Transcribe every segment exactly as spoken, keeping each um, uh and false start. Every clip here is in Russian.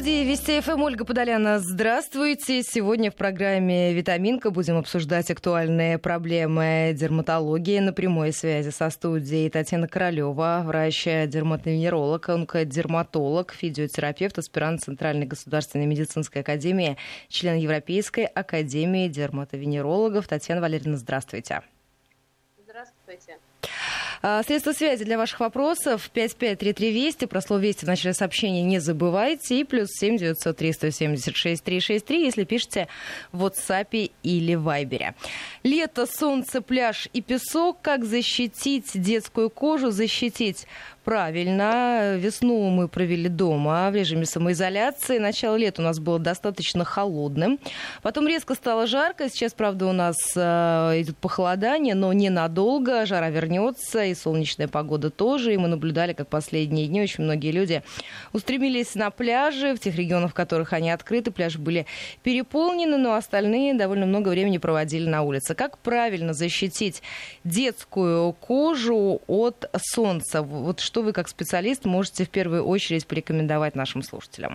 студии Вести ФМ Ольга Подоляна. Здравствуйте. Сегодня в программе «Витаминка» будем обсуждать актуальные проблемы дерматологии. На прямой связи со студией Татьяна Королева, врач-дерматовенеролог, онкодерматолог, физиотерапевт, аспирант Центральной государственной медицинской академии, член Европейской академии дерматовенерологов. Татьяна Валерьевна, здравствуйте. Здравствуйте. Средства связи для ваших вопросов пять пять три три Вести. Про слово «Вести» в начале сообщения не забывайте. И плюс семь девятьсот три сто семьдесят шесть триста шестьдесят три, если пишете в WhatsApp или Вайбере. Лето, солнце, пляж и песок. Как защитить детскую кожу? Защитить правильно. Весну мы провели дома в режиме самоизоляции. Начало лета у нас было достаточно холодным. Потом резко стало жарко. Сейчас, правда, у нас э, идет похолодание, но ненадолго. Жара вернется, и солнечная погода тоже. И мы наблюдали, как последние дни очень многие люди устремились на пляжи. В тех регионах, в которых они открыты, пляжи были переполнены, но остальные довольно много времени проводили на улице. Как правильно защитить детскую кожу от солнца? Вот что вы, как специалист, можете в первую очередь порекомендовать нашим слушателям?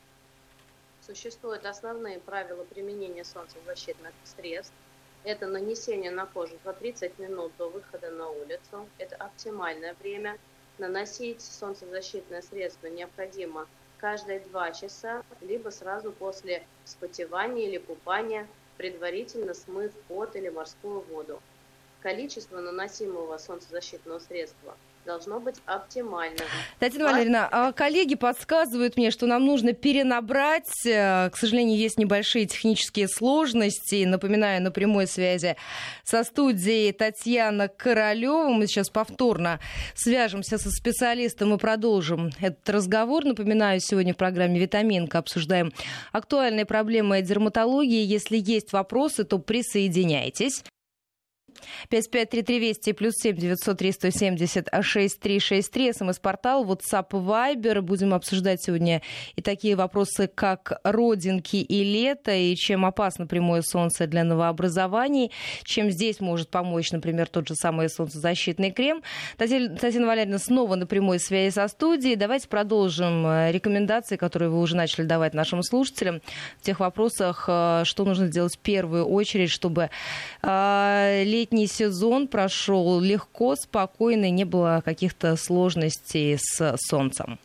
Существуют основные правила применения солнцезащитных средств. Это нанесение на кожу за тридцать минут до выхода на улицу. Это оптимальное время. Наносить солнцезащитное средство необходимо каждые два часа, либо сразу после вспотевания или купания, предварительно смыв пот или морскую воду. Количество наносимого солнцезащитного средства должно быть оптимальным. Татьяна Валерьевна, коллеги подсказывают мне, что нам нужно перенабрать. К сожалению, есть небольшие технические сложности. Напоминаю, на прямой связи со студией Татьяна Королева. Мы сейчас повторно свяжемся со специалистом и продолжим этот разговор. Напоминаю, сегодня в программе «Витаминка» обсуждаем актуальные проблемы дерматологии. Если есть вопросы, то присоединяйтесь. пять пять три три Вести плюс семь девятьсот три сто семьдесят шесть триста шестьдесят три, смс-портал, WhatsApp, Viber. Будем обсуждать сегодня и такие вопросы, как родинки и лето, и чем опасно прямое солнце для новообразований, чем здесь может помочь, например, тот же самый солнцезащитный крем. Татьяна, Татьяна Валерьевна снова на прямой связи со студией. Давайте продолжим рекомендации, которые вы уже начали давать нашим слушателям в тех вопросах, что нужно делать в первую очередь, чтобы летний Летний сезон прошел легко, спокойно, не было каких-то сложностей с солнцем.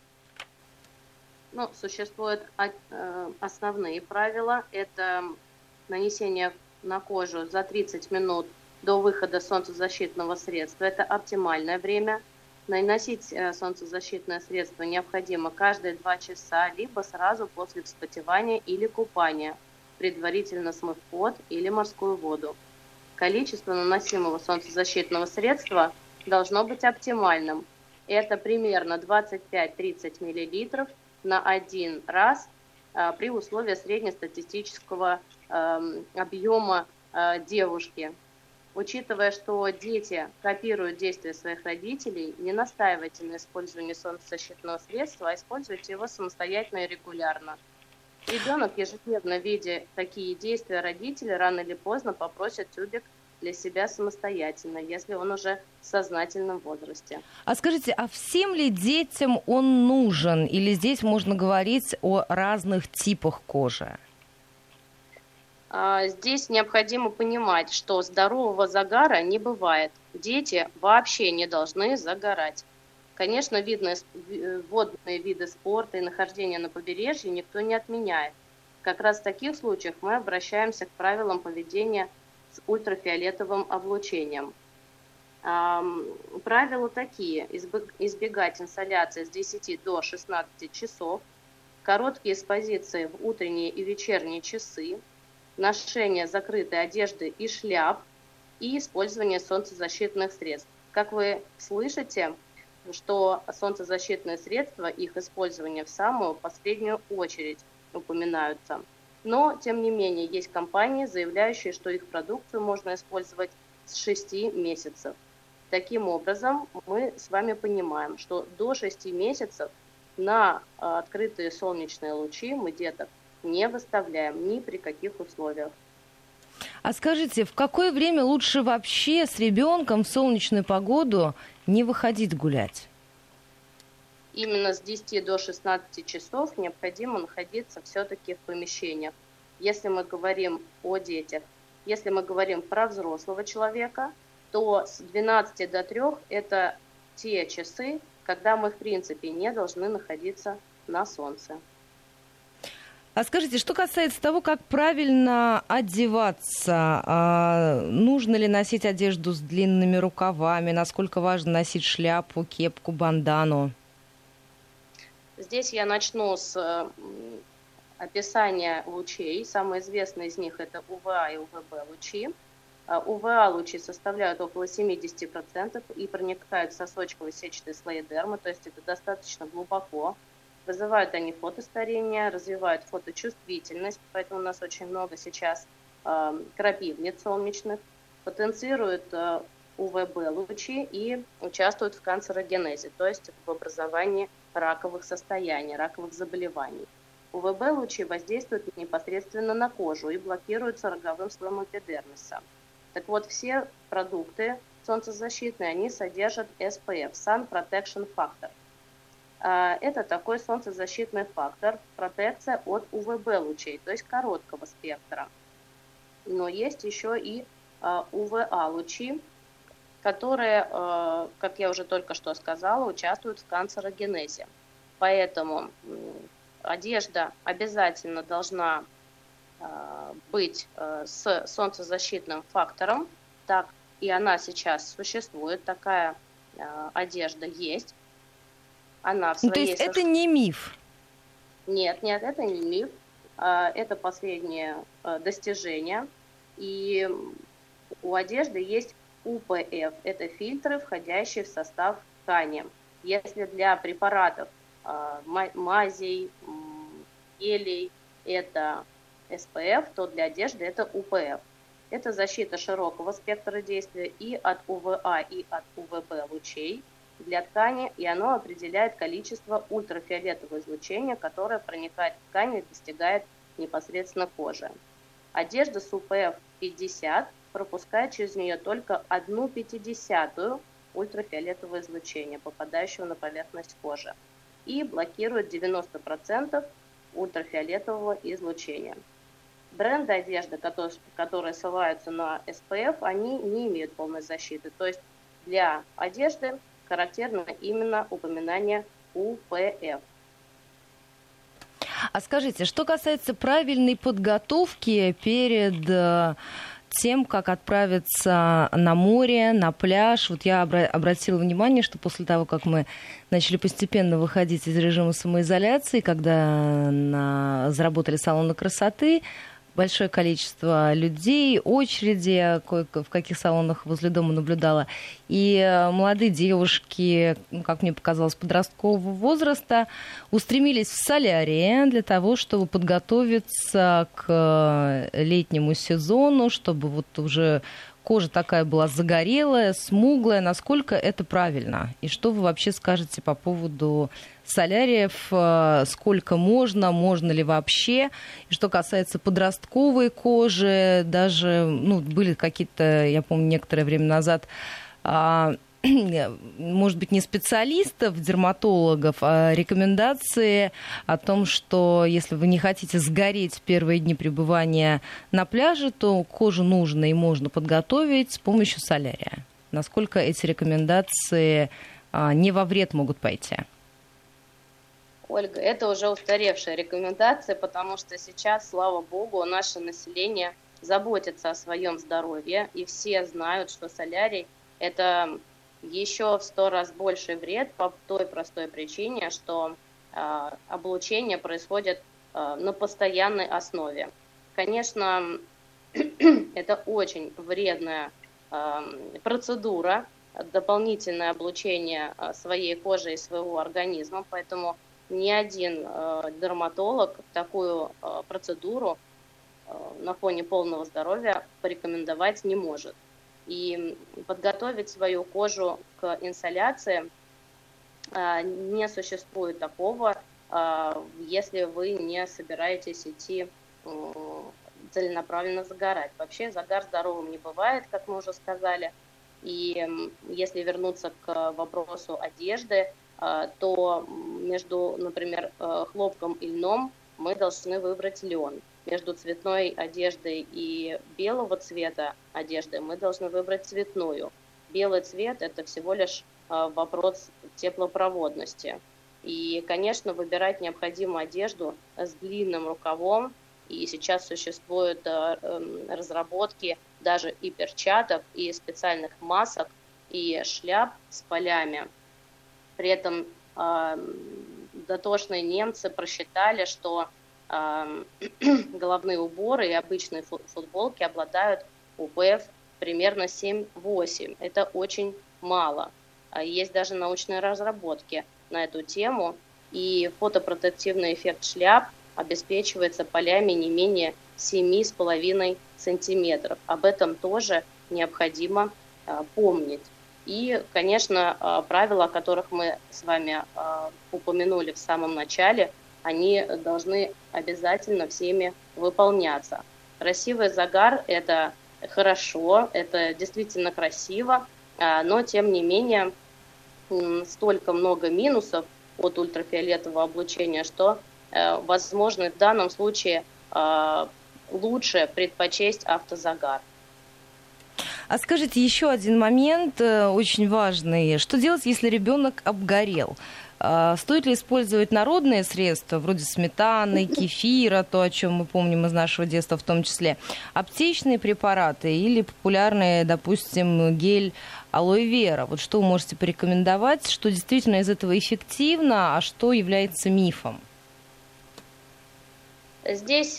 Ну, существуют основные правила. Это нанесение на кожу за тридцать минут до выхода солнцезащитного средства. Это оптимальное время. Наносить солнцезащитное средство необходимо каждые два часа, либо сразу после вспотевания или купания, предварительно смыв пот или морскую воду. Количество наносимого солнцезащитного средства должно быть оптимальным. Это примерно двадцать пять - тридцать миллилитров на один раз а, при условии среднестатистического а, объема а, девушки. Учитывая, что дети копируют действия своих родителей, не настаивайте на использовании солнцезащитного средства, а используйте его самостоятельно и регулярно. Ребенок, ежедневно видя такие действия родителей, рано или поздно попросит тюбик для себя самостоятельно, если он уже в сознательном возрасте. А скажите, а всем ли детям он нужен? Или здесь можно говорить о разных типах кожи? Здесь необходимо понимать, что здорового загара не бывает. Дети вообще не должны загорать. Конечно, видные, водные виды спорта и нахождение на побережье никто не отменяет. Как раз в таких случаях мы обращаемся к правилам поведения с ультрафиолетовым облучением. Правила такие: избегать инсоляции с десяти до шестнадцати часов, короткие экспозиции в утренние и вечерние часы, ношение закрытой одежды и шляп и использование солнцезащитных средств. Как вы слышите, что солнцезащитные средства, их использование в самую последнюю очередь упоминаются. Но, тем не менее, есть компании, заявляющие, что их продукцию можно использовать с шести месяцев. Таким образом, мы с вами понимаем, что до шести месяцев на открытые солнечные лучи мы деток не выставляем ни при каких условиях. А скажите, в какое время лучше вообще с ребенком в солнечную погоду не выходить гулять? именно с десяти до шестнадцати часов необходимо находиться все-таки в помещениях. Если мы говорим о детях, если мы говорим про взрослого человека, то с двенадцати до трёх это те часы, когда мы в принципе не должны находиться на солнце. А скажите, что касается того, как правильно одеваться, а, нужно ли носить одежду с длинными рукавами, насколько важно носить шляпу, кепку, бандану? Здесь я начну с описания лучей. Самые известные из них это У В А и У В Б лучи. У В А лучи составляют около семьдесят процентов и проникают в сосочковые сетчатые слои дермы, то есть это достаточно глубоко. Вызывают они фотостарение, развивают фоточувствительность, поэтому у нас очень много сейчас э, крапивниц солнечных, потенцируют э, У В Б лучи и участвуют в канцерогенезе, то есть в образовании раковых состояний, раковых заболеваний. У В Б лучи воздействуют непосредственно на кожу и блокируются роговым слоем эпидермиса. Так вот, все продукты солнцезащитные, они содержат эс Пэ Эф, Sun Protection Factor. Это такой солнцезащитный фактор, протекция от У В Б лучей, то есть короткого спектра. Но есть еще и У В А лучи, которые, как я уже только что сказала, участвуют в канцерогенезе. Поэтому одежда обязательно должна быть с солнцезащитным фактором, так и она сейчас существует, такая одежда есть. Она в своей... То есть это не миф? Нет, нет, это не миф. Это последнее достижение. И у одежды есть У Пэ Эф. Это фильтры, входящие в состав ткани. Если для препаратов мазей, гелей это эс пэ эф, то для одежды это У Пэ Эф. Это защита широкого спектра действия и от У В А, и от У В Б лучей для ткани, и оно определяет количество ультрафиолетового излучения, которое проникает в ткань и достигает непосредственно кожи. Одежда с У Пэ Эф пятьдесят пропускает через нее только одну пятидесятую ультрафиолетового излучения, попадающего на поверхность кожи, и блокирует девяносто процентов ультрафиолетового излучения. Бренды одежды, которые, которые ссылаются на эс пэ эф, они не имеют полной защиты. То есть для одежды характерно именно упоминание У Пэ Эф. А скажите, что касается правильной подготовки перед тем, как отправиться на море, на пляж. Вот я обра- обратила внимание, что после того, как мы начали постепенно выходить из режима самоизоляции, когда на... заработали салоны красоты, большое количество людей, очереди, в каких салонах возле дома наблюдала. И молодые девушки, как мне показалось, подросткового возраста, устремились в солярии для того, чтобы подготовиться к летнему сезону, чтобы вот уже кожа такая была загорелая, смуглая. Насколько это правильно? И что вы вообще скажете по поводу соляриев? Сколько можно? Можно ли вообще? И что касается подростковой кожи, даже ну, были какие-то, я помню, некоторое время назад, может быть, не специалистов, дерматологов, а рекомендации о том, что если вы не хотите сгореть в первые дни пребывания на пляже, то кожу нужно и можно подготовить с помощью солярия. Насколько эти рекомендации не во вред могут пойти? Ольга, это уже устаревшая рекомендация, потому что сейчас, слава богу, наше население заботится о своем здоровье, и все знают, что солярий – это еще в сто раз больший вред по той простой причине, что э, облучение происходит э, на постоянной основе. Конечно, это очень вредная э, процедура, дополнительное облучение своей кожи и своего организма, поэтому ни один э, дерматолог такую э, процедуру э, на фоне полного здоровья порекомендовать не может. И подготовить свою кожу к инсоляции э, не существует такого, э, если вы не собираетесь идти э, целенаправленно загорать. Вообще загар здоровым не бывает, как мы уже сказали. И э, если вернуться к вопросу одежды, то между, например, хлопком и льном мы должны выбрать лен. Между цветной одеждой и белого цвета одеждой мы должны выбрать цветную. Белый цвет – это всего лишь вопрос теплопроводности. И, конечно, выбирать необходимо одежду с длинным рукавом. И сейчас существуют разработки даже и перчаток, и специальных масок, и шляп с полями. При этом дотошные немцы просчитали, что головные уборы и обычные футболки обладают у пэ эф примерно семь-восемь. Это очень мало. Есть даже научные разработки на эту тему, и фотопротективный эффект шляп обеспечивается полями не менее семь с половиной сантиметров. Об этом тоже необходимо помнить. И, конечно, правила, о которых мы с вами упомянули в самом начале, они должны обязательно всеми выполняться. Красивый загар – это хорошо, это действительно красиво, но, тем не менее, столько много минусов от ультрафиолетового облучения, что, возможно, в данном случае лучше предпочесть автозагар. А скажите, еще один момент очень важный. Что делать, если ребенок обгорел? Стоит ли использовать народные средства, вроде сметаны, кефира, то, о чем мы помним из нашего детства в том числе, аптечные препараты или популярные, допустим, гель алоэ вера? Вот что вы можете порекомендовать, что действительно из этого эффективно, а что является мифом? Здесь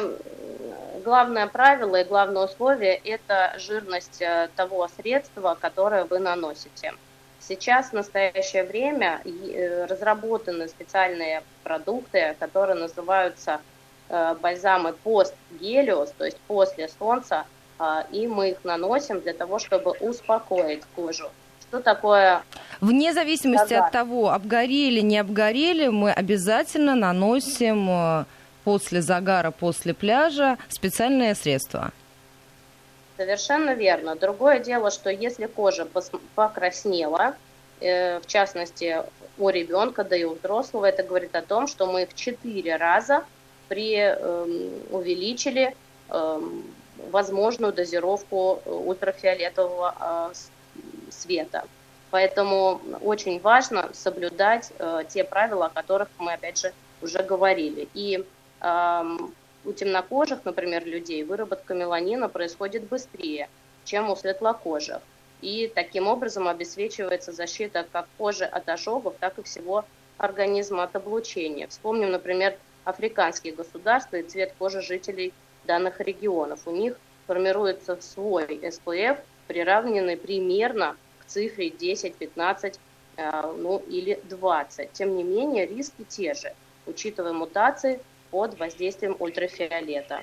главное правило и главное условие – это жирность того средства, которое вы наносите. Сейчас, в настоящее время, разработаны специальные продукты, которые называются бальзамы пост-гелиос, то есть после солнца, и мы их наносим для того, чтобы успокоить кожу. Что такое? Вне зависимости загар. От того, обгорели, не обгорели, мы обязательно наносим после загара, после пляжа специальное средство. Совершенно верно. Другое дело, что если кожа покраснела, э, в частности у ребенка, да и у взрослого, это говорит о том, что мы в четыре раза при, э, увеличили э, возможную дозировку ультрафиолетового э, света. Поэтому очень важно соблюдать э, те правила, о которых мы, опять же, уже говорили. И э, у темнокожих, например, людей выработка меланина происходит быстрее, чем у светлокожих. И таким образом обеспечивается защита как кожи от ожогов, так и всего организма от облучения. Вспомним, например, африканские государства и цвет кожи жителей данных регионов. У них формируется свой эс пэ эф, приравненный примерно к цифре десять, пятнадцать, ну или двадцать. Тем не менее, риски те же, учитывая мутации под воздействием ультрафиолета.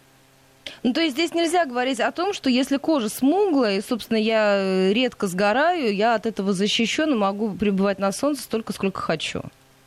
Ну, то есть здесь нельзя говорить о том, что если кожа смуглая, и, собственно, я редко сгораю, я от этого защищен и могу пребывать на солнце столько, сколько хочу.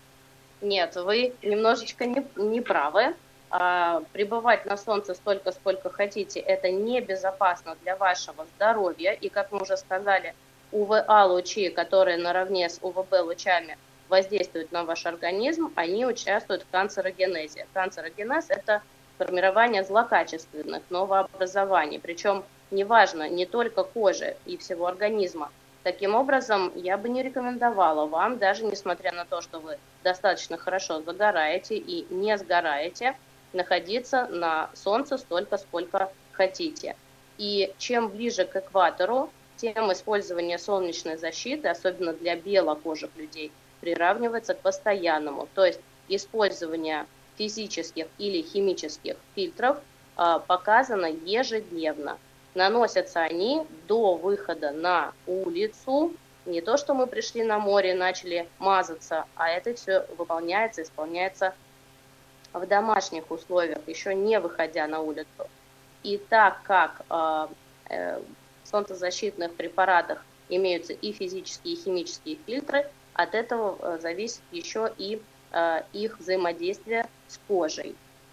Нет, вы немножечко не, не правы. А, пребывать на солнце столько, сколько хотите, это небезопасно для вашего здоровья. И, как мы уже сказали, у вэ а-лучи, которые наравне с у вэ бэ-лучами воздействуют на ваш организм, они участвуют в канцерогенезе. Канцерогенез – это формирование злокачественных новообразований, причем неважно не только кожи и всего организма. Таким образом, я бы не рекомендовала вам, даже несмотря на то, что вы достаточно хорошо загораете и не сгораете, находиться на солнце столько, сколько хотите. И чем ближе к экватору, тем использование солнечной защиты, особенно для белокожих людей, приравнивается к постоянному, то есть использование физических или химических фильтров а, показано ежедневно. Наносятся они до выхода на улицу, не то, что мы пришли на море и начали мазаться, а это все выполняется, исполняется в домашних условиях, еще не выходя на улицу. И так как э, э, в солнцезащитных препаратах имеются и физические, и химические фильтры, от этого зависит еще и э, их взаимодействие с кожей.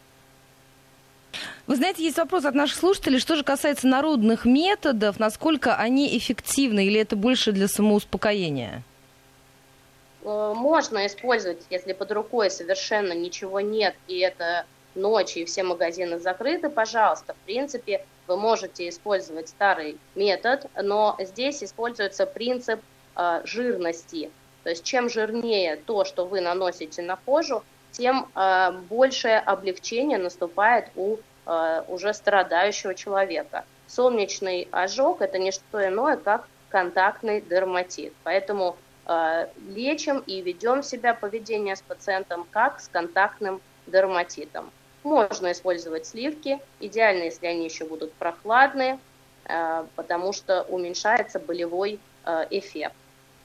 Вы знаете, есть вопрос от наших слушателей, что же касается народных методов, насколько они эффективны, или это больше для самоуспокоения? можно использовать, если под рукой совершенно ничего нет, и это ночь, и все магазины закрыты, пожалуйста, в принципе, вы можете использовать старый метод, но здесь используется принцип э, жирности. То есть чем жирнее то, что вы наносите на кожу, тем э, большее облегчение наступает у э, уже страдающего человека. Солнечный ожог – это не что иное, как контактный дерматит. Поэтому э, лечим и ведем себя поведение с пациентом как с контактным дерматитом. Можно использовать сливки, идеально, если они еще будут прохладные, э, потому что уменьшается болевой э, эффект.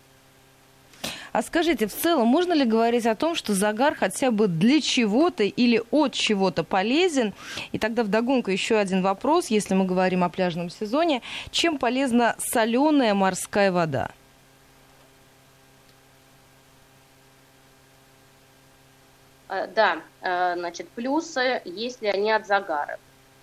А скажите, в целом, можно ли говорить о том, что загар хотя бы для чего-то или от чего-то полезен? И тогда вдогонку еще один вопрос, если мы говорим о пляжном сезоне. Чем полезна соленая морская вода? Да, значит, плюсы, если они от загара.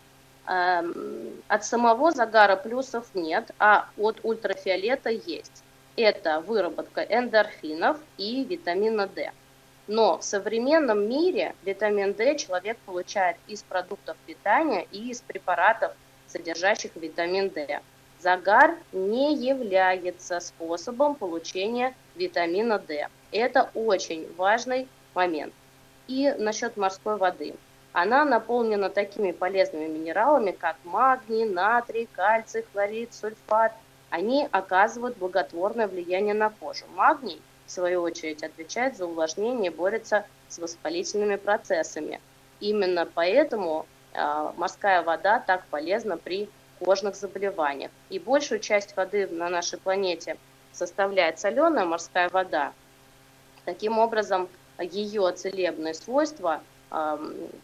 От самого загара плюсов нет, а от ультрафиолета есть. Это выработка эндорфинов и витамина D. Но в современном мире витамин D человек получает из продуктов питания и из препаратов, содержащих витамин D. Загар не является способом получения витамина D. Это очень важный момент. И насчет морской воды. Она наполнена такими полезными минералами, как магний, натрий, кальций, хлорид, сульфат. Они оказывают благотворное влияние на кожу. Магний, в свою очередь, отвечает за увлажнение и борется с воспалительными процессами. Именно поэтому э, морская вода так полезна при кожных заболеваниях. И большую часть воды на нашей планете составляет соленая морская вода. Таким образом, ее целебные свойства э,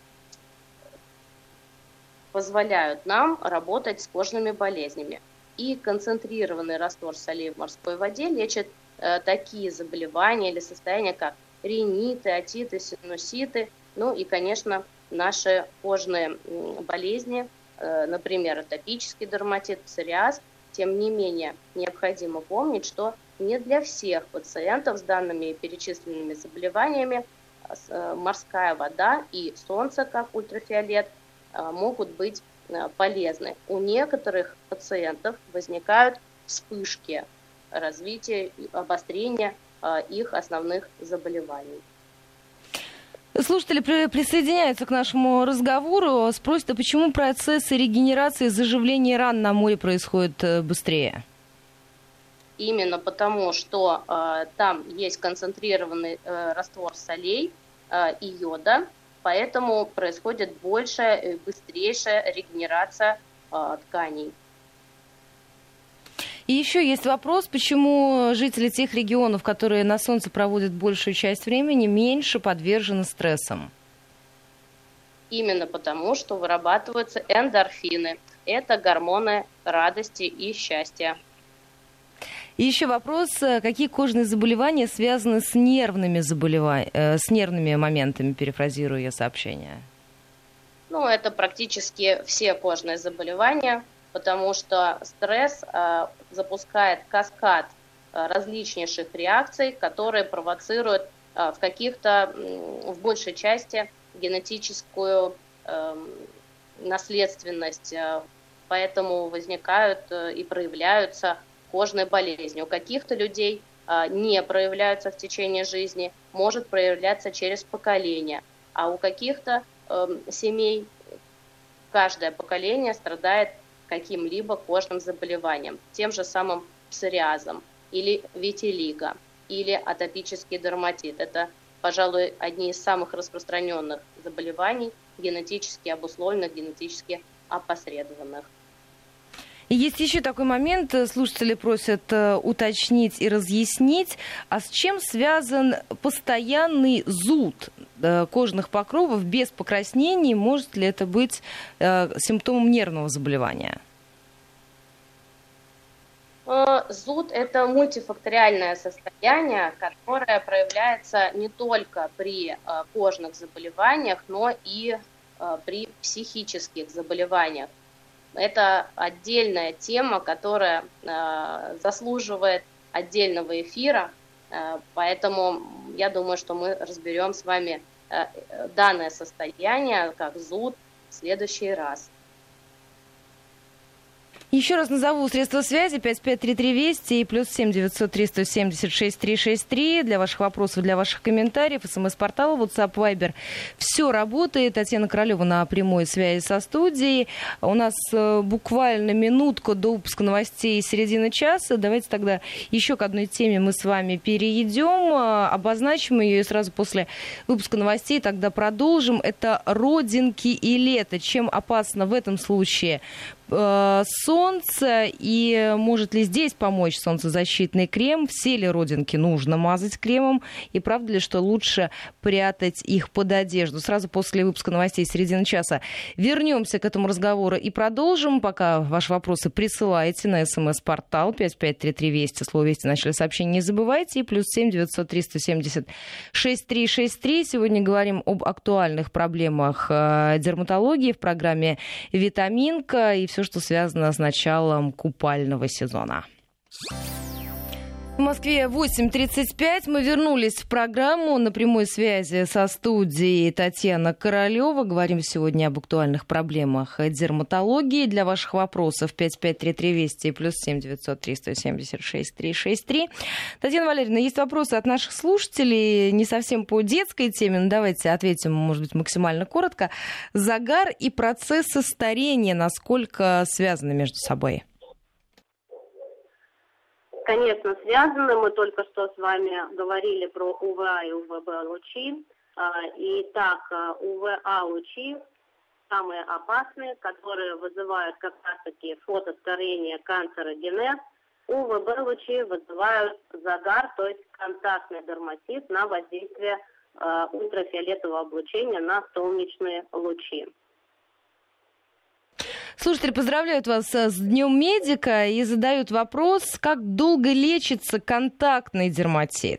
позволяют нам работать с кожными болезнями. И концентрированный раствор солей в морской воде лечит э, такие заболевания или состояния, как риниты, отиты, синуситы, ну и, конечно, наши кожные болезни, э, например, атопический дерматит, псориаз. Тем не менее, необходимо помнить, что не для всех пациентов с данными перечисленными заболеваниями э, морская вода и солнце, как ультрафиолет, э, могут быть полезны. У некоторых пациентов возникают вспышки развития и обострения их основных заболеваний. Слушатели присоединяются к нашему разговору. Спросят, а почему процессы регенерации и заживления ран на море происходят быстрее? Именно потому, что э, там есть концентрированный э, раствор солей э, и йода, поэтому происходит большая и быстрейшая регенерация э, тканей. И еще есть вопрос, почему жители тех регионов, которые на солнце проводят большую часть времени, меньше подвержены стрессам? Именно потому, что вырабатываются эндорфины. Это гормоны радости и счастья. И еще вопрос, какие кожные заболевания связаны с нервными, заболеваниями, э, с нервными моментами, перефразирую я сообщение? Ну, это практически все кожные заболевания, потому что стресс э, запускает каскад э, различнейших реакций, которые провоцируют э, в каких-то, э, в большей части, генетическую э, наследственность, э, поэтому возникают э, и проявляются кожные болезни. У каких-то людей а, не проявляются в течение жизни, может проявляться через поколение. А у каких-то э, семей каждое поколение страдает каким-либо кожным заболеванием, тем же самым псориазом или витилиго, или атопический дерматит. Это, пожалуй, одни из самых распространенных заболеваний, генетически обусловленных, генетически опосредованных. И есть еще такой момент, слушатели просят уточнить и разъяснить, а с чем связан постоянный зуд кожных покровов без покраснений? Может ли это быть симптомом нервного заболевания? Зуд – это мультифакториальное состояние, которое проявляется не только при кожных заболеваниях, но и при психических заболеваниях. Это отдельная тема, которая э, заслуживает отдельного эфира, Поэтому я думаю, что мы разберем с вами данное состояние, как зуд, в следующий раз. Еще раз назову средства связи пять пять три три Вести и плюс семь девятьсот три сто семьдесят шесть три шесть три для ваших вопросов, для ваших комментариев. СМС-портал, WhatsApp, Viber. Все работает. Татьяна Королева на прямой связи со студией. У нас буквально минутка до выпуска новостей середины часа. Давайте тогда еще к одной теме мы с вами перейдем, обозначим ее и сразу после выпуска новостей тогда продолжим. Это родинки и лето. Чем опасно в этом случае солнце, и может ли здесь помочь солнцезащитный крем? Все ли родинки нужно мазать кремом? И правда ли, что лучше прятать их под одежду? Сразу после выпуска новостей середины часа вернемся к этому разговору и продолжим. Пока ваши вопросы присылайте на смс-портал пять пять три три Вести. Слово «Вести» начали сообщение, не забывайте. И плюс семь девятьсот три сто семьдесят шесть три шесть три. Сегодня говорим об актуальных проблемах дерматологии в программе «Витаминка» и все, что связано с началом купального сезона. В Москве восемь тридцать пять. Мы вернулись в программу на прямой связи со студией Татьяна Королева. Говорим сегодня об актуальных проблемах дерматологии. Для ваших вопросов пять пять три три Вести и плюс семь девятьсот три сто семьдесят шесть три шесть три. Татьяна Валерьевна, есть вопросы от наших слушателей, не совсем по детской теме, но давайте ответим, может быть, максимально коротко. Загар и процессы старения, насколько связаны между собой? Конечно, связаны. Мы только что с вами говорили про УВА и УВБ-лучи. Итак, УВА-лучи самые опасные, которые вызывают как раз-таки фотостарение, канцерогенез. УВБ-лучи вызывают загар, то есть контактный дерматит на воздействие ультрафиолетового облучения на солнечные лучи. Слушатели поздравляют вас с Днем медика и задают вопрос, как долго лечится контактный дерматит?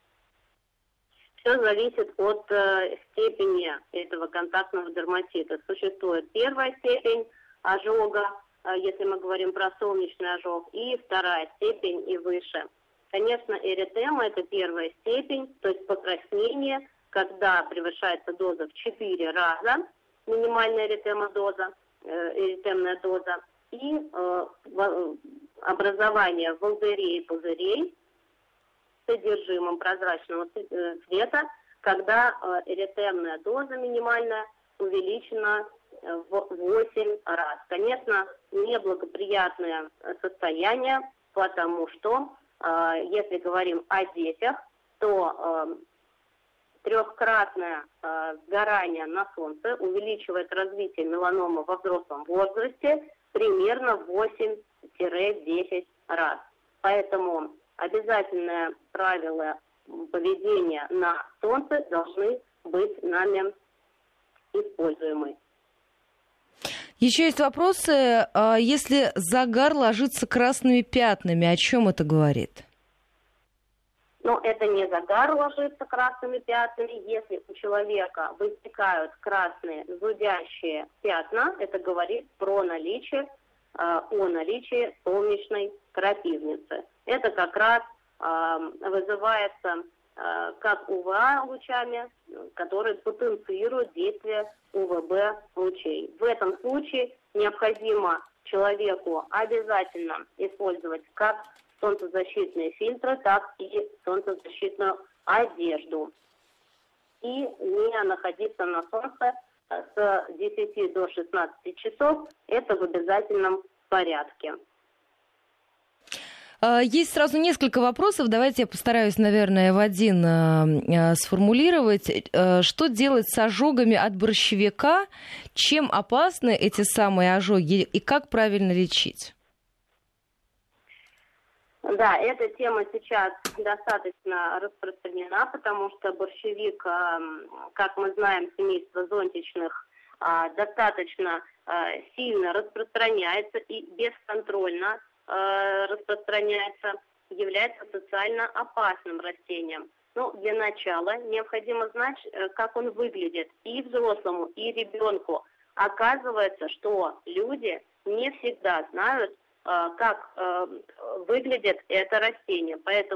Все зависит от э, степени этого контактного дерматита. Существует первая степень ожога, э, если мы говорим про солнечный ожог, и вторая степень и выше. Конечно, эритема – это первая степень, то есть покраснение, когда превышается доза в четыре раза, минимальная эритема-доза, эритемная доза, и э, образование волдырей и пузырей с содержимым прозрачного цвета, когда э, эритемная доза минимальная увеличена в восемь раз. Конечно, неблагоприятное состояние, потому что, э, если говорим о детях, то э, трехкратное э, сгорание на солнце увеличивает развитие меланомы во взрослом возрасте примерно в восемь-десять раз. Поэтому обязательное правило поведения на солнце должны быть нами используемы. Еще есть вопросы. Если загар ложится красными пятнами, о чем это говорит? Но это не загар ложится красными пятнами. Если у человека возникают красные зудящие пятна, это говорит про наличие, э, о наличии солнечной крапивницы. Это как раз э, вызывается э, как УВА-лучами, которые потенцируют действие УВБ-лучей. В этом случае необходимо человеку обязательно использовать как солнцезащитные фильтры, так и солнцезащитную одежду. И не находиться на солнце с десяти до шестнадцати часов, это в обязательном порядке. Есть сразу несколько вопросов. Давайте я постараюсь, наверное, в один э, сформулировать. Э, что делать с ожогами от борщевика? Чем опасны эти самые ожоги и как правильно лечить? Да, эта тема сейчас достаточно распространена, потому что борщевик, как мы знаем, семейство зонтичных, достаточно сильно распространяется и бесконтрольно распространяется, является социально опасным растением. Но для начала необходимо знать, как он выглядит и взрослому, и ребенку. Оказывается, что люди не всегда знают, как выглядит это растение. Поэтому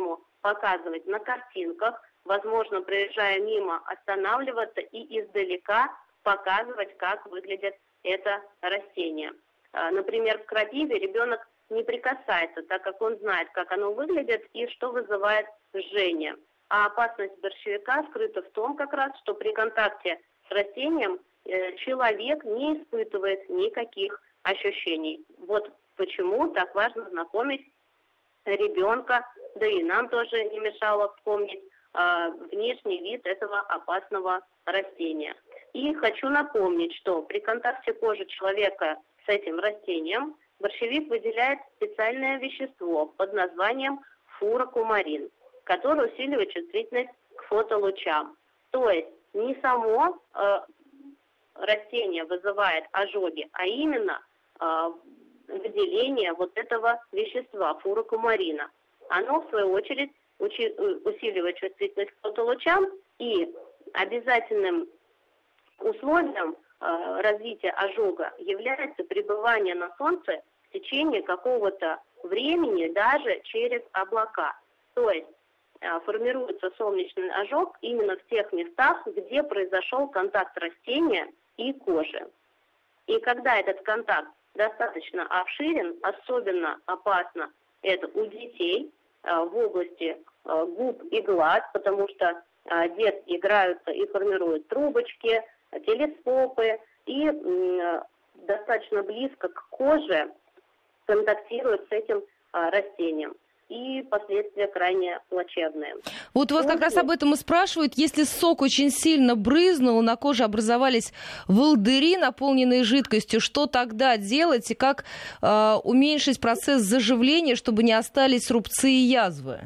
показывать на картинках, возможно, проезжая мимо, останавливаться и издалека показывать, как выглядит это растение. Например, к крапиве ребенок не прикасается, так как он знает, как оно выглядит и что вызывает жжение. А опасность борщевика скрыта в том как раз, что при контакте с растением человек не испытывает никаких ощущений. Вот почему так важно знакомить ребенка, да и нам тоже не мешало вспомнить э, внешний вид этого опасного растения. И хочу напомнить, что при контакте кожи человека с этим растением борщевик выделяет специальное вещество под названием фурокумарин, который усиливает чувствительность к фотолучам. То есть не само э, растение вызывает ожоги, а именно э, выделение вот этого вещества, фурокумарина. Оно, в свою очередь, учи, усиливает чувствительность к фотолучам, и обязательным условием э, развития ожога является пребывание на солнце в течение какого-то времени, даже через облака. То есть э, формируется солнечный ожог именно в тех местах, где произошел контакт растения и кожи. И когда этот контакт достаточно обширен, особенно опасно это у детей э, в области э, губ и глаз, потому что э, детки играются и формируют трубочки, телескопы, и э, достаточно близко к коже контактируют с этим э, растением. И последствия крайне плачевные. Вот вас как раз об этом и спрашивают. Если сок очень сильно брызнул, на коже образовались волдыри, наполненные жидкостью, что тогда делать и как э, уменьшить процесс заживления, чтобы не остались рубцы и язвы?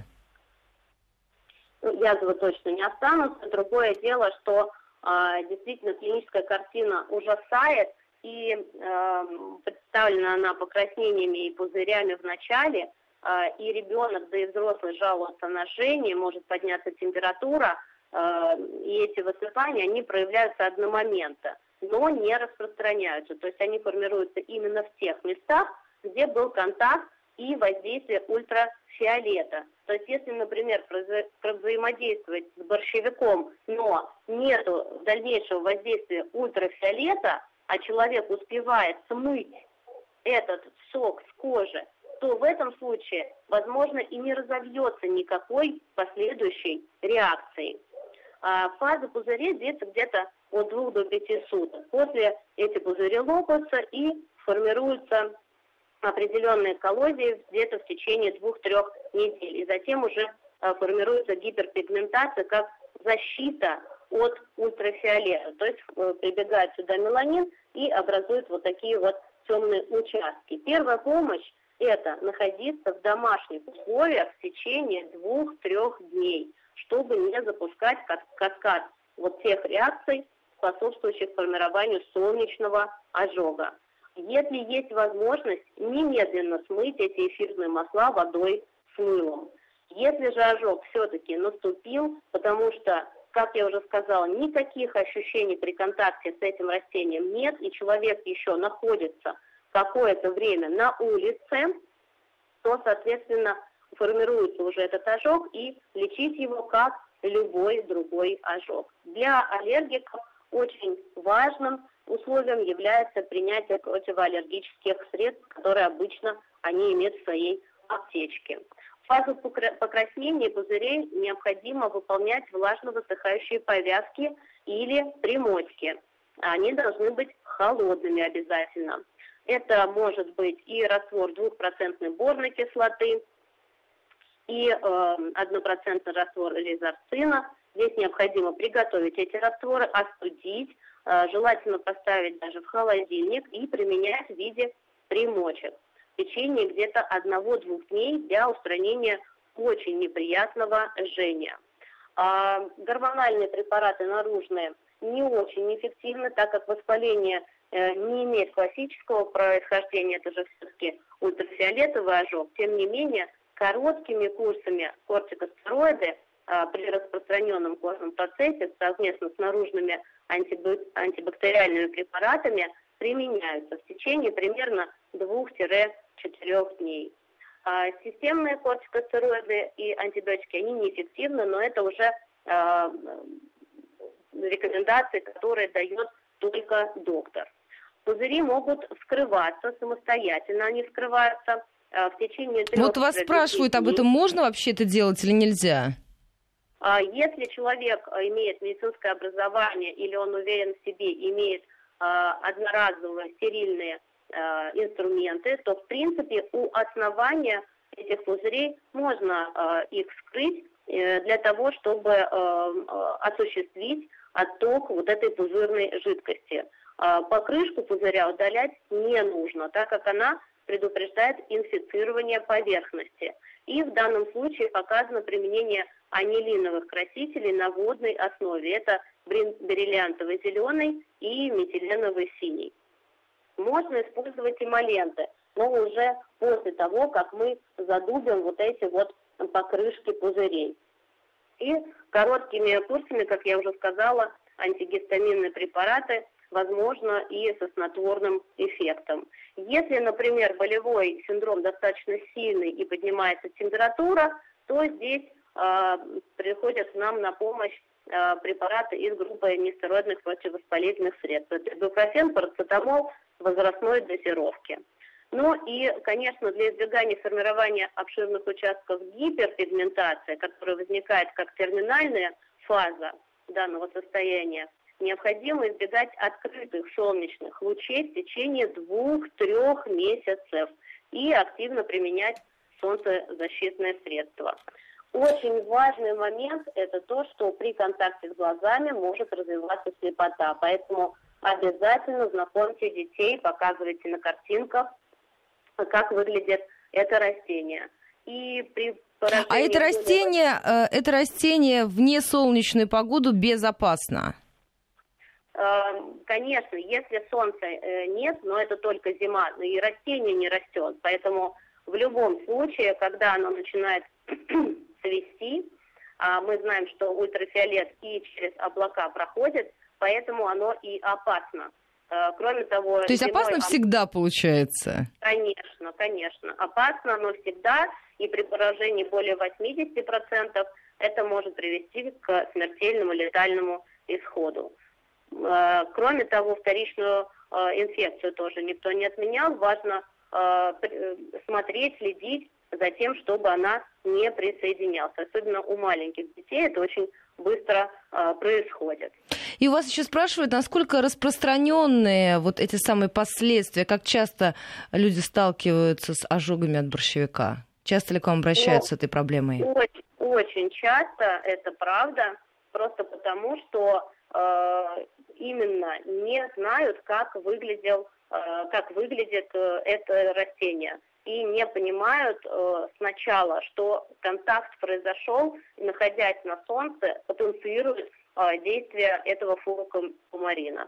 Ну, язвы точно не останутся. Другое дело, что э, действительно клиническая картина ужасает, и э, представлена она покраснениями и пузырями в начале, и ребенок, да и взрослый жалуются на жжение, может подняться температура, и эти высыпания, они проявляются одномоментно, но не распространяются. То есть они формируются именно в тех местах, где был контакт и воздействие ультрафиолета. То есть если, например, взаимодействовать с борщевиком, но нет дальнейшего воздействия ультрафиолета, а человек успевает смыть этот сок с кожи, то в этом случае, возможно, и не разовьется никакой последующей реакции. А фаза пузырей длится где-то от двух до пяти суток. После эти пузыри лопаются и формируются определенные коллозии где-то в течение двух-трех недель. И затем уже а, формируется гиперпигментация как защита от ультрафиолета. То есть э, прибегает сюда меланин и образует вот такие вот темные участки. Первая помощь – это находиться в домашних условиях в течение двух-трех дней, чтобы не запускать каскад вот тех реакций, способствующих формированию солнечного ожога. Если есть возможность, немедленно смыть эти эфирные масла водой с мылом. Если же ожог все-таки наступил, потому что, как я уже сказала, никаких ощущений при контакте с этим растением нет, и человек еще находится какое-то время на улице, то, соответственно, формируется уже этот ожог, и лечить его как любой другой ожог. Для аллергиков очень важным условием является принятие противоаллергических средств, которые обычно они имеют в своей аптечке. В фазу покраснения пузырей необходимо выполнять влажно-высыхающие повязки или примотики. Они должны быть холодными обязательно. Это может быть и раствор двухпроцентной борной кислоты, и э, однопроцентный раствор лизарцина. Здесь необходимо приготовить эти растворы, остудить, э, желательно поставить даже в холодильник и применять в виде примочек в течение где-то одного-двух дней для устранения очень неприятного жжения. А гормональные препараты наружные не очень эффективны, так как воспаление э, не имеет классического происхождения, это же все-таки ультрафиолетовый ожог. Тем не менее, короткими курсами кортикостероиды а, при распространенном кожном процессе совместно с наружными антибактериальными препаратами применяются в течение примерно двух-четырех дней. Системные кортикостероиды и антибиотики, они неэффективны, но это уже рекомендации, которые дает только доктор. Пузыри могут вскрываться самостоятельно, они вскрываются в течение трех. Вот вас спрашивают об этом, можно вообще это делать или нельзя? Если человек имеет медицинское образование или он уверен в себе, имеет одноразовые стерильные инструменты, то в принципе у основания этих пузырей можно их вскрыть для того, чтобы осуществить отток вот этой пузырной жидкости. Покрышку пузыря удалять не нужно, так как она предупреждает инфицирование поверхности. И в данном случае показано применение анилиновых красителей на водной основе. Это бриллиантовый зеленый и метиленовый синий. Можно использовать эмоленты, но уже после того, как мы задубим вот эти вот покрышки пузырей. И короткими курсами, как я уже сказала, антигистаминные препараты, возможно, и со снотворным эффектом. Если, например, болевой синдром достаточно сильный и поднимается температура, то здесь э, приходят к нам на помощь э, препараты из группы нестероидных противовоспалительных средств. Это ибупрофен, парацетамол возрастной дозировки. Ну и, конечно, для избегания формирования обширных участков гиперпигментации, которая возникает как терминальная фаза данного состояния, необходимо избегать открытых солнечных лучей в течение двух-трех месяцев и активно применять солнцезащитные средства. Очень важный момент – это то, что при контакте с глазами может развиваться слепота, поэтому обязательно знакомьте детей, показывайте на картинках, как выглядит это растение. И при а это растение, более... это растение в несолнечную погоду безопасно? Конечно, если солнца нет, но это только зима, и растение не растет. Поэтому в любом случае, когда оно начинает цвести, мы знаем, что ультрафиолет и через облака проходит, поэтому оно и опасно. Кроме того... То есть зимой... опасно всегда получается? Конечно, конечно. Опасно оно всегда, и при поражении более восемьдесят процентов это может привести к смертельному летальному исходу. Кроме того, вторичную инфекцию тоже никто не отменял. Важно смотреть, следить за тем, чтобы она не присоединялась. Особенно у маленьких детей это очень быстро происходит. И у вас еще спрашивают, насколько распространенные вот эти самые последствия, как часто люди сталкиваются с ожогами от борщевика? Часто ли к вам обращаются ну, с этой проблемой? Очень, очень часто, это правда, просто потому что э, именно не знают, как выглядел, э, как выглядит э, это растение. И не понимают э, сначала, что контакт произошел, и, находясь на солнце, потенцирует э, действие этого фурокумарина.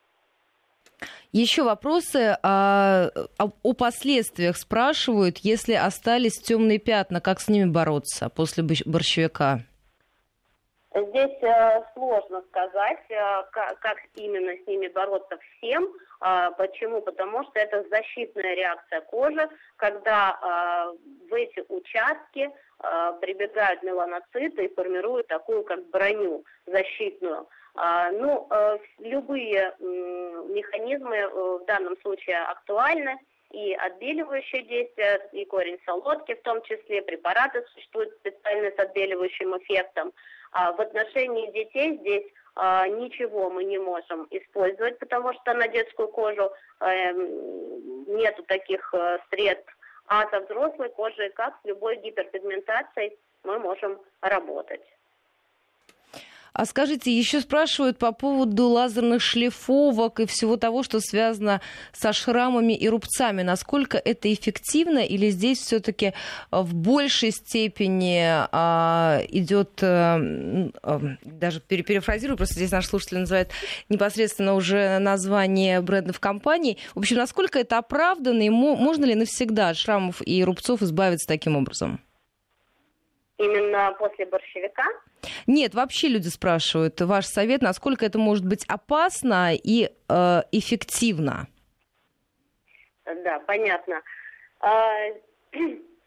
Еще вопросы а, о, о последствиях спрашивают, если остались темные пятна, как с ними бороться после борщевика? Здесь э, сложно сказать, э, как, как именно с ними бороться всем. Э, почему? Потому что это защитная реакция кожи, когда э, в эти участки э, прибегают меланоциты и формируют такую как броню защитную. Э, ну, э, любые э, механизмы э, в данном случае актуальны. И отбеливающее действие, и корень солодки в том числе, препараты существуют специальные с отбеливающим эффектом. А в отношении детей здесь а, ничего мы не можем использовать, потому что на детскую кожу э, нету таких э, средств. А со взрослой кожей, как с любой гиперпигментацией, мы можем работать. А скажите, еще спрашивают по поводу лазерных шлифовок и всего того, что связано со шрамами и рубцами. Насколько это эффективно, или здесь все-таки в большей степени а, идет, а, даже перефразирую, просто здесь наш слушатель называет непосредственно уже название брендов компаний. В общем, насколько это оправданно, и можно ли навсегда от шрамов и рубцов избавиться таким образом? Именно после борщевика? Нет, вообще люди спрашивают ваш совет, насколько это может быть опасно и э, эффективно. Да, понятно. В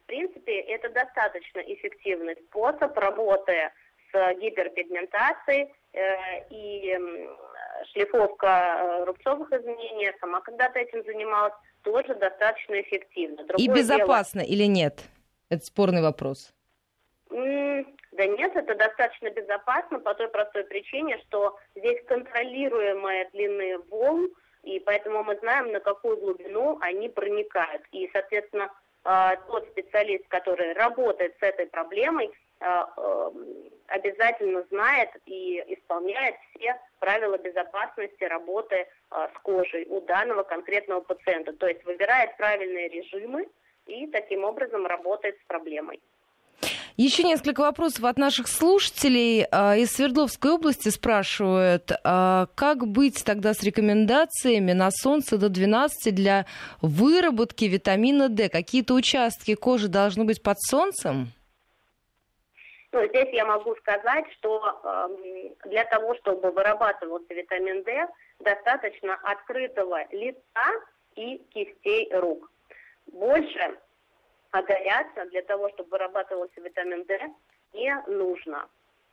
принципе, это достаточно эффективный способ работы с гиперпигментацией, э, и шлифовка рубцовых изменений, сама когда-то этим занималась, тоже достаточно эффективно. Другое и безопасно дело... или нет? Это спорный вопрос. Да нет, это достаточно безопасно по той простой причине, что здесь контролируемые длины волн, и поэтому мы знаем, на какую глубину они проникают. И, соответственно, тот специалист, который работает с этой проблемой, обязательно знает и исполняет все правила безопасности работы с кожей у данного конкретного пациента. То есть выбирает правильные режимы и таким образом работает с проблемой. Еще несколько вопросов от наших слушателей. Из Свердловской области спрашивают, как быть тогда с рекомендациями на солнце до двенадцати для выработки витамина D? Какие-то участки кожи должны быть под солнцем? Ну, здесь я могу сказать, что э, для того, чтобы вырабатывался витамин D, достаточно открытого лица и кистей рук. Больше оголяться для того, чтобы вырабатывался витамин D, не нужно.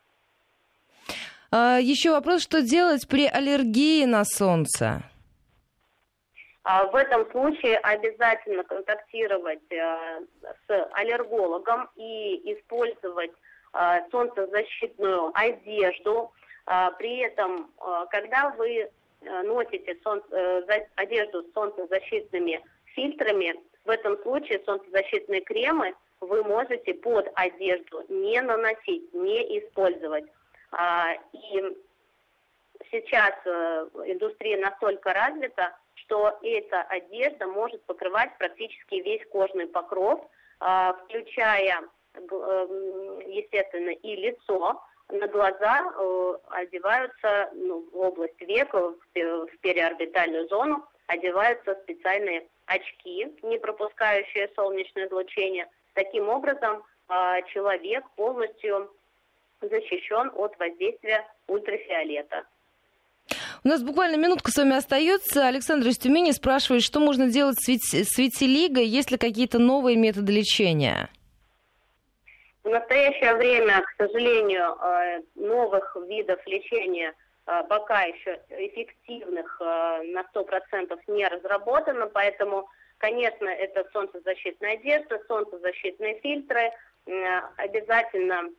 А, еще вопрос, что делать при аллергии на солнце? А, в этом случае обязательно контактировать э, с аллергологом и использовать э, солнцезащитную одежду. А, при этом, э, когда вы носите солнце, э, одежду с солнцезащитными фильтрами, в этом случае солнцезащитные кремы вы можете под одежду не наносить, не использовать. И сейчас индустрия настолько развита, что эта одежда может покрывать практически весь кожный покров, включая, естественно, и лицо. На глаза одеваются, ну, в область века, в периорбитальную зону, одеваются специальные очки, не пропускающие солнечное излучение. Таким образом, человек полностью защищен от воздействия ультрафиолета. У нас буквально минутка с вами остается. Александр из Тюмени спрашивает, что можно делать с витилиго, есть ли какие-то новые методы лечения? В настоящее время, к сожалению, новых видов лечения пока еще эффективных на сто процентов не разработано, поэтому, конечно, это солнцезащитная одежда, солнцезащитные фильтры. Обязательно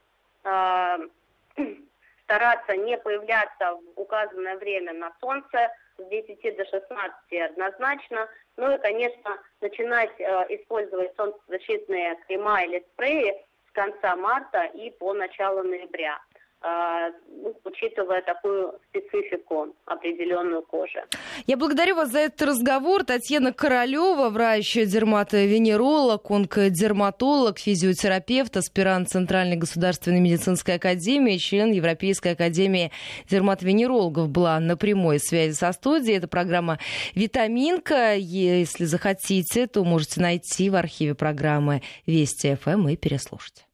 стараться не появляться в указанное время на солнце, с десяти до шестнадцати однозначно. Ну и, конечно, начинать использовать солнцезащитные крема или спреи с конца марта и по началу ноября, учитывая такую специфику определенную кожи. Я благодарю вас за этот разговор. Татьяна Королева, врач-дерматовенеролог, онкодерматолог, физиотерапевт, аспирант Центральной государственной медицинской академии, член Европейской академии дерматовенерологов, была на прямой связи со студией. Это программа «Витаминка». Если захотите, то можете найти в архиве программы Вести ФМ и переслушать.